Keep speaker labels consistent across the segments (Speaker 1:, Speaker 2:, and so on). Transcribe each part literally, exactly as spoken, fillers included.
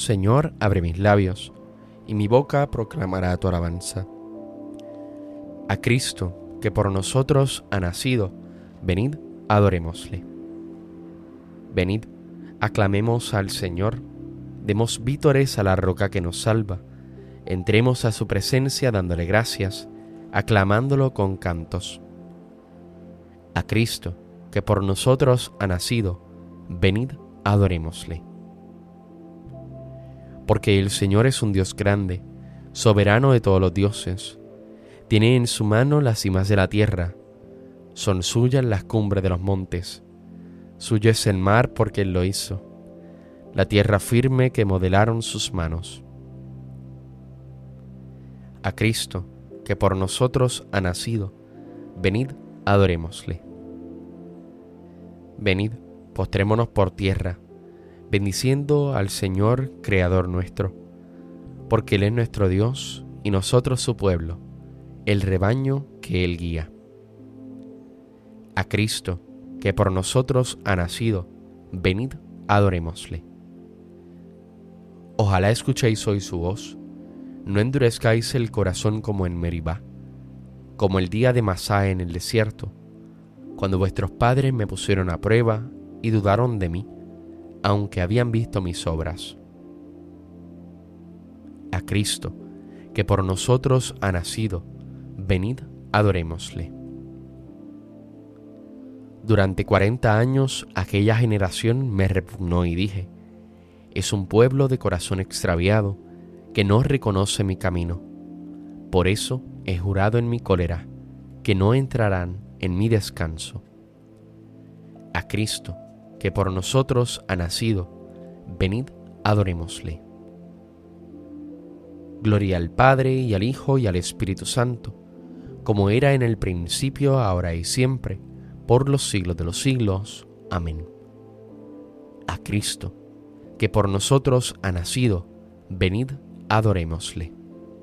Speaker 1: Señor, abre mis labios, y mi boca proclamará tu alabanza. A Cristo, que por nosotros ha nacido, venid, adorémosle. Venid, aclamemos al Señor, demos vítores a la roca que nos salva, entremos a su presencia dándole gracias, aclamándolo con cantos. A Cristo, que por nosotros ha nacido, venid, adorémosle. Porque el Señor es un Dios grande, soberano de todos los dioses. Tiene en su mano las cimas de la tierra, son suyas las cumbres de los montes. Suyo es el mar porque Él lo hizo, la tierra firme que modelaron sus manos. A Cristo, que por nosotros ha nacido, venid, adorémosle. Venid, postrémonos por tierra, bendiciendo al Señor, Creador nuestro, porque Él es nuestro Dios y nosotros su pueblo, el rebaño que Él guía. A Cristo, que por nosotros ha nacido, venid, adorémosle. Ojalá escuchéis hoy su voz, no endurezcáis el corazón como en Meribá, como el día de Masá en el desierto, cuando vuestros padres me pusieron a prueba y dudaron de mí, aunque habían visto mis obras. A Cristo, que por nosotros ha nacido, venid, adorémosle. Durante cuarenta años aquella generación me repugnó y dije, es un pueblo de corazón extraviado que no reconoce mi camino. Por eso he jurado en mi cólera que no entrarán en mi descanso. A Cristo, que por nosotros ha nacido, venid, adorémosle. Gloria al Padre, y al Hijo, y al Espíritu Santo, como era en el principio, ahora y siempre, por los siglos de los siglos. Amén. A Cristo, que por nosotros ha nacido, venid, adorémosle.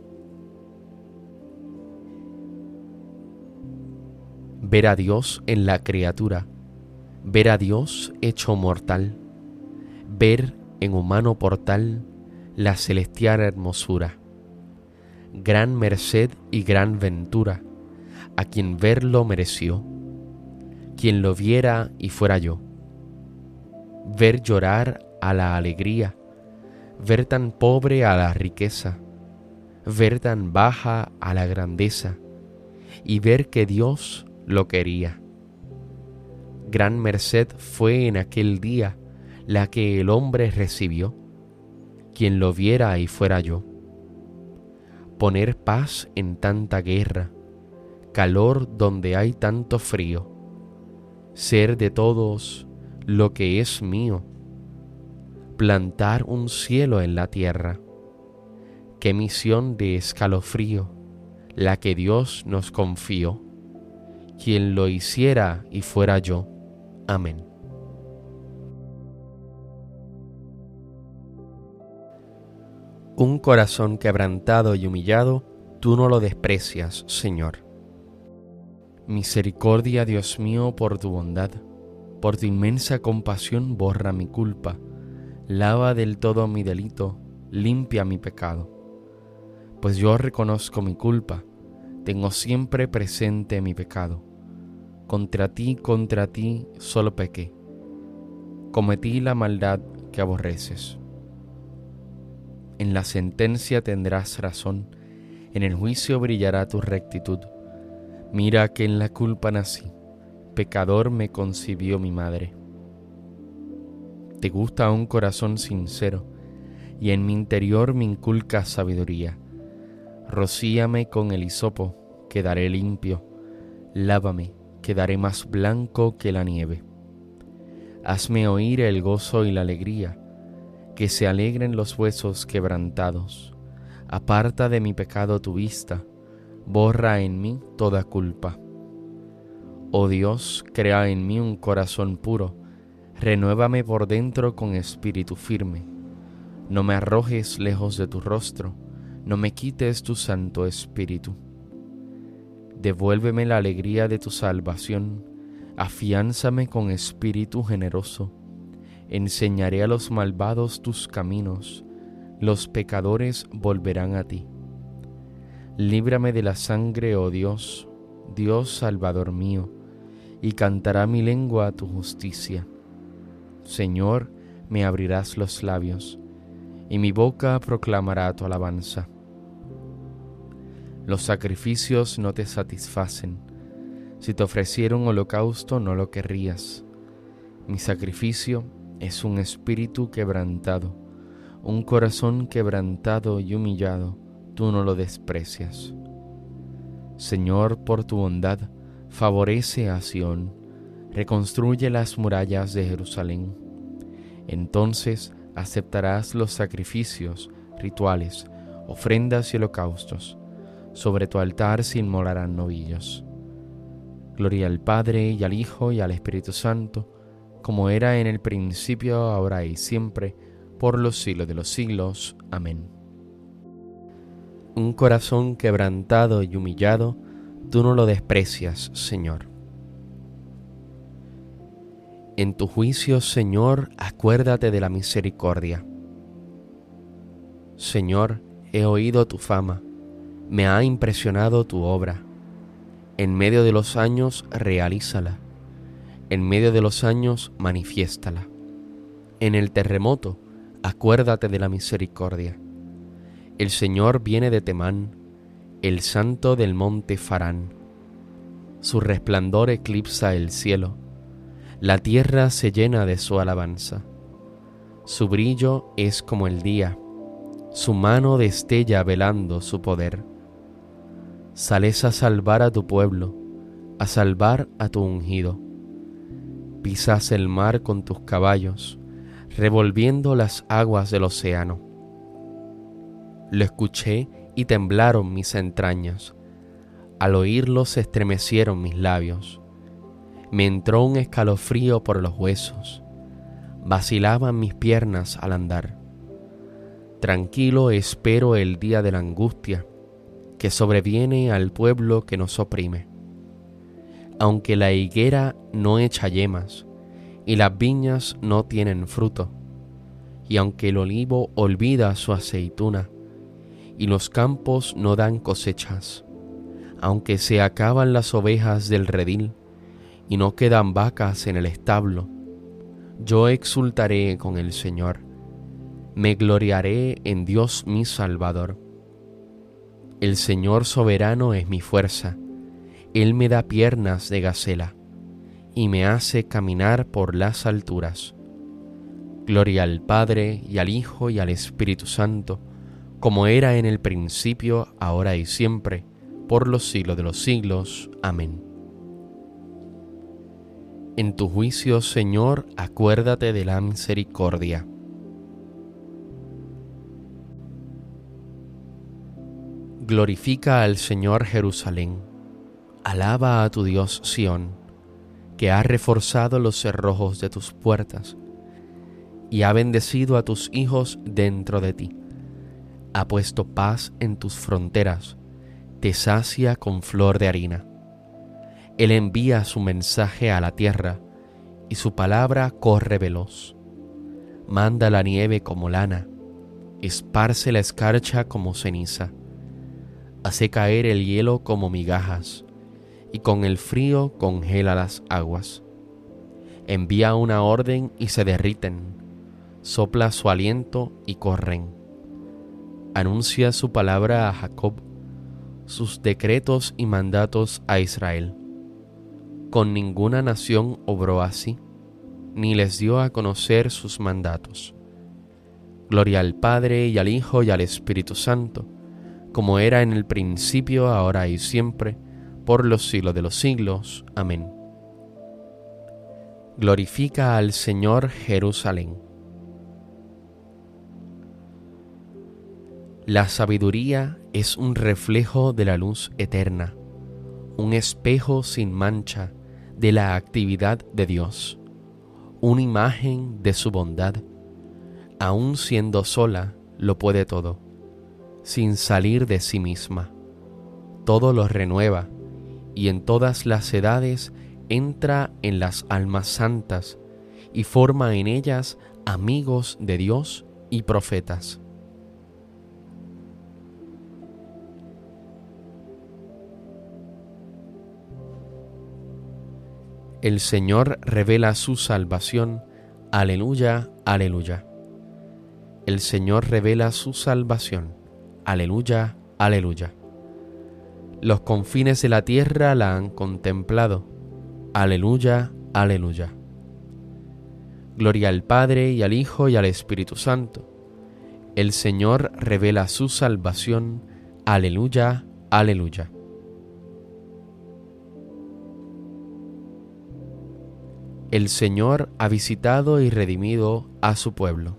Speaker 1: Ver a Dios en la criatura, ver a Dios hecho mortal, ver en humano portal la celestial hermosura. Gran merced y gran ventura a quien verlo mereció, quien lo viera y fuera yo. Ver llorar a la alegría, ver tan pobre a la riqueza, ver tan baja a la grandeza, y ver que Dios lo quería. Gran merced fue en aquel día la que el hombre recibió, quien lo viera y fuera yo. Poner paz en tanta guerra, calor donde hay tanto frío, ser de todos lo que es mío, plantar un cielo en la tierra. Qué misión de escalofrío la que Dios nos confió, quien lo hiciera y fuera yo. Amén. Un corazón quebrantado y humillado, tú no lo desprecias, Señor. Misericordia, Dios mío, por tu bondad, por tu inmensa compasión borra mi culpa, lava del todo mi delito, limpia mi pecado. Pues yo reconozco mi culpa, tengo siempre presente mi pecado. Contra ti, contra ti solo pequé, cometí la maldad que aborreces. En la sentencia tendrás razón, en el juicio brillará tu rectitud. Mira que en la culpa nací, pecador me concibió mi madre. Te gusta un corazón sincero, y en mi interior me inculcas sabiduría. Rocíame con el hisopo, quedaré limpio, lávame, quedaré más blanco que la nieve. Hazme oír el gozo y la alegría, que se alegren los huesos quebrantados. Aparta de mi pecado tu vista, borra en mí toda culpa. Oh Dios, crea en mí un corazón puro, renuévame por dentro con espíritu firme. No me arrojes lejos de tu rostro, no me quites tu santo espíritu. Devuélveme la alegría de tu salvación, afiánzame con espíritu generoso. Enseñaré a los malvados tus caminos, los pecadores volverán a ti. Líbrame de la sangre, oh Dios, Dios Salvador mío, y cantará mi lengua tu justicia. Señor, me abrirás los labios, y mi boca proclamará tu alabanza. Los sacrificios no te satisfacen. Si te ofreciera un holocausto, no lo querrías. Mi sacrificio es un espíritu quebrantado, un corazón quebrantado y humillado, tú no lo desprecias. Señor, por tu bondad, favorece a Sión, reconstruye las murallas de Jerusalén. Entonces aceptarás los sacrificios, rituales, ofrendas y holocaustos. Sobre tu altar se inmolarán novillos. Gloria al Padre, y al Hijo, y al Espíritu Santo, como era en el principio, ahora y siempre, por los siglos de los siglos. Amén. Un corazón quebrantado y humillado, tú no lo desprecias, Señor. En tu juicio, Señor, acuérdate de la misericordia. Señor, he oído tu fama, me ha impresionado tu obra. En medio de los años, realízala. En medio de los años, manifiéstala. En el terremoto, acuérdate de la misericordia. El Señor viene de Temán, el santo del monte Farán. Su resplandor eclipsa el cielo, la tierra se llena de su alabanza. Su brillo es como el día, su mano destella velando su poder. Sales a salvar a tu pueblo, a salvar a tu ungido. Pisas el mar con tus caballos, revolviendo las aguas del océano. Lo escuché y temblaron mis entrañas. Al oírlo se estremecieron mis labios. Me entró un escalofrío por los huesos. Vacilaban mis piernas al andar. Tranquilo espero el día de la angustia que sobreviene al pueblo que nos oprime. Aunque la higuera no echa yemas y las viñas no tienen fruto, y aunque el olivo olvida su aceituna y los campos no dan cosechas, aunque se acaban las ovejas del redil y no quedan vacas en el establo, yo exultaré con el Señor, me gloriaré en Dios mi Salvador. El Señor soberano es mi fuerza, Él me da piernas de gacela y me hace caminar por las alturas. Gloria al Padre, y al Hijo, y al Espíritu Santo, como era en el principio, ahora y siempre, por los siglos de los siglos. Amén. En tu juicio, Señor, acuérdate de la misericordia. Glorifica al Señor Jerusalén, alaba a tu Dios Sión, que ha reforzado los cerrojos de tus puertas y ha bendecido a tus hijos dentro de ti. Ha puesto paz en tus fronteras, te sacia con flor de harina. Él envía su mensaje a la tierra y su palabra corre veloz. Manda la nieve como lana, esparce la escarcha como ceniza. Hace caer el hielo como migajas, y con el frío congela las aguas. Envía una orden y se derriten, sopla su aliento y corren. Anuncia su palabra a Jacob, sus decretos y mandatos a Israel. Con ninguna nación obró así, ni les dio a conocer sus mandatos. Gloria al Padre, y al Hijo, y al Espíritu Santo, como era en el principio, ahora y siempre, por los siglos de los siglos. Amén. Glorifica al Señor Jerusalén. La sabiduría es un reflejo de la luz eterna, un espejo sin mancha de la actividad de Dios, una imagen de su bondad. Aun siendo sola, lo puede todo, sin salir de sí misma. Todo lo renueva, y en todas las edades entra en las almas santas y forma en ellas amigos de Dios y profetas. El Señor revela su salvación. Aleluya, aleluya. El Señor revela su salvación. Aleluya, aleluya. Los confines de la tierra la han contemplado. Aleluya, aleluya. Gloria al Padre y al Hijo y al Espíritu Santo. El Señor revela su salvación. Aleluya, aleluya. El Señor ha visitado y redimido a su pueblo.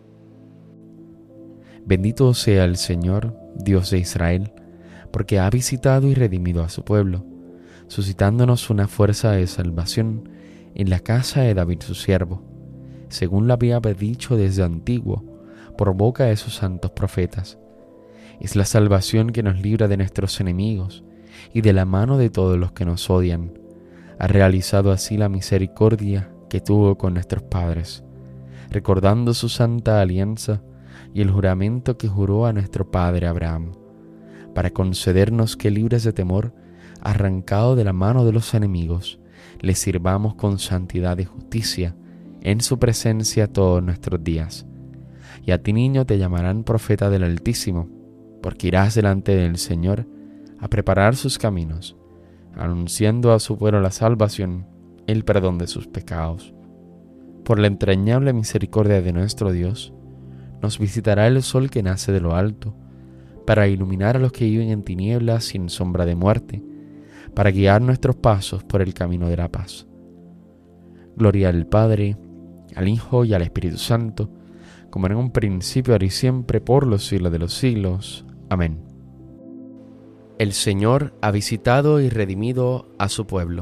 Speaker 1: Bendito sea el Señor, Dios de Israel, porque ha visitado y redimido a su pueblo, suscitándonos una fuerza de salvación en la casa de David su siervo, según lo había dicho desde antiguo, por boca de sus santos profetas. Es la salvación que nos libra de nuestros enemigos y de la mano de todos los que nos odian. Ha realizado así la misericordia que tuvo con nuestros padres, recordando su santa alianza y el juramento que juró a nuestro padre Abraham, para concedernos que, libres de temor, arrancado de la mano de los enemigos, le sirvamos con santidad y justicia en su presencia todos nuestros días. Y a ti, niño, te llamarán profeta del Altísimo, porque irás delante del Señor a preparar sus caminos, anunciando a su pueblo la salvación, el perdón de sus pecados. Por la entrañable misericordia de nuestro Dios, nos visitará el sol que nace de lo alto, para iluminar a los que viven en tinieblas sin sombra de muerte, para guiar nuestros pasos por el camino de la paz. Gloria al Padre, al Hijo y al Espíritu Santo, como en un principio, ahora y siempre, por los siglos de los siglos. Amén. El Señor ha visitado y redimido a su pueblo.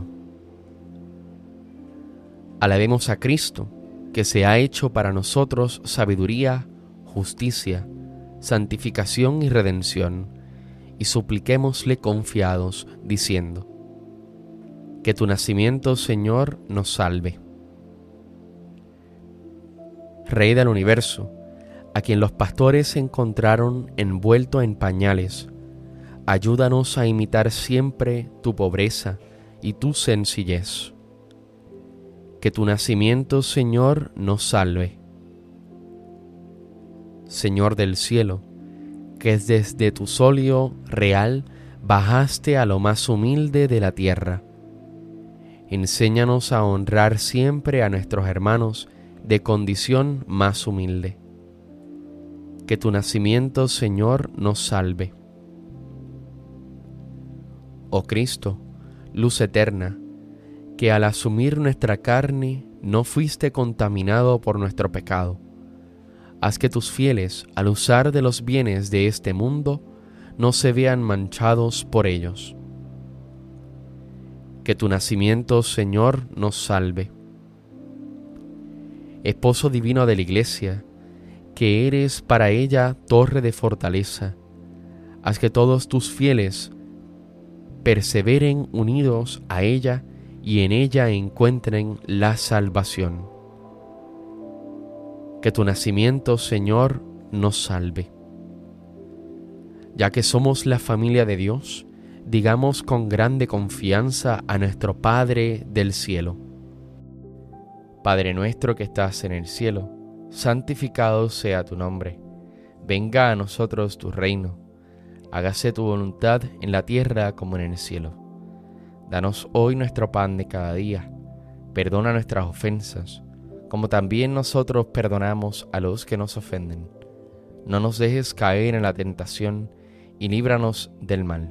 Speaker 1: Alabemos a Cristo, que se ha hecho para nosotros sabiduría, justicia, santificación y redención, y supliquémosle confiados, diciendo: que tu nacimiento, Señor, nos salve. Rey del universo, a quien los pastores encontraron envuelto en pañales, ayúdanos a imitar siempre tu pobreza y tu sencillez. Que tu nacimiento, Señor, nos salve. Señor del cielo, que desde tu solio real bajaste a lo más humilde de la tierra, enséñanos a honrar siempre a nuestros hermanos de condición más humilde. Que tu nacimiento, Señor, nos salve. Oh Cristo, luz eterna, que al asumir nuestra carne no fuiste contaminado por nuestro pecado, haz que tus fieles, al usar de los bienes de este mundo, no se vean manchados por ellos. Que tu nacimiento, Señor, nos salve. Esposo divino de la Iglesia, que eres para ella torre de fortaleza, haz que todos tus fieles perseveren unidos a ella y en ella encuentren la salvación. Que tu nacimiento, Señor, nos salve. Ya que somos la familia de Dios, digamos con grande confianza a nuestro Padre del cielo: Padre nuestro que estás en el cielo, santificado sea tu nombre. Venga a nosotros tu reino. Hágase tu voluntad en la tierra como en el cielo. Danos hoy nuestro pan de cada día. Perdona nuestras ofensas, como también nosotros perdonamos a los que nos ofenden. No nos dejes caer en la tentación y líbranos del mal.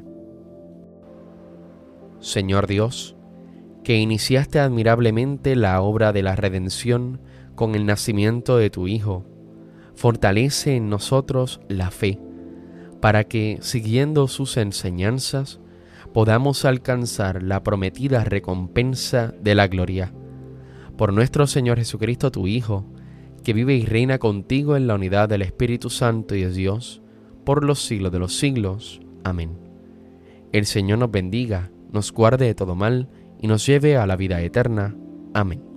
Speaker 1: Señor Dios, que iniciaste admirablemente la obra de la redención con el nacimiento de tu Hijo, fortalece en nosotros la fe, para que, siguiendo sus enseñanzas, podamos alcanzar la prometida recompensa de la gloria. Por nuestro Señor Jesucristo, tu Hijo, que vive y reina contigo en la unidad del Espíritu Santo y es Dios, por los siglos de los siglos. Amén. El Señor nos bendiga, nos guarde de todo mal y nos lleve a la vida eterna. Amén.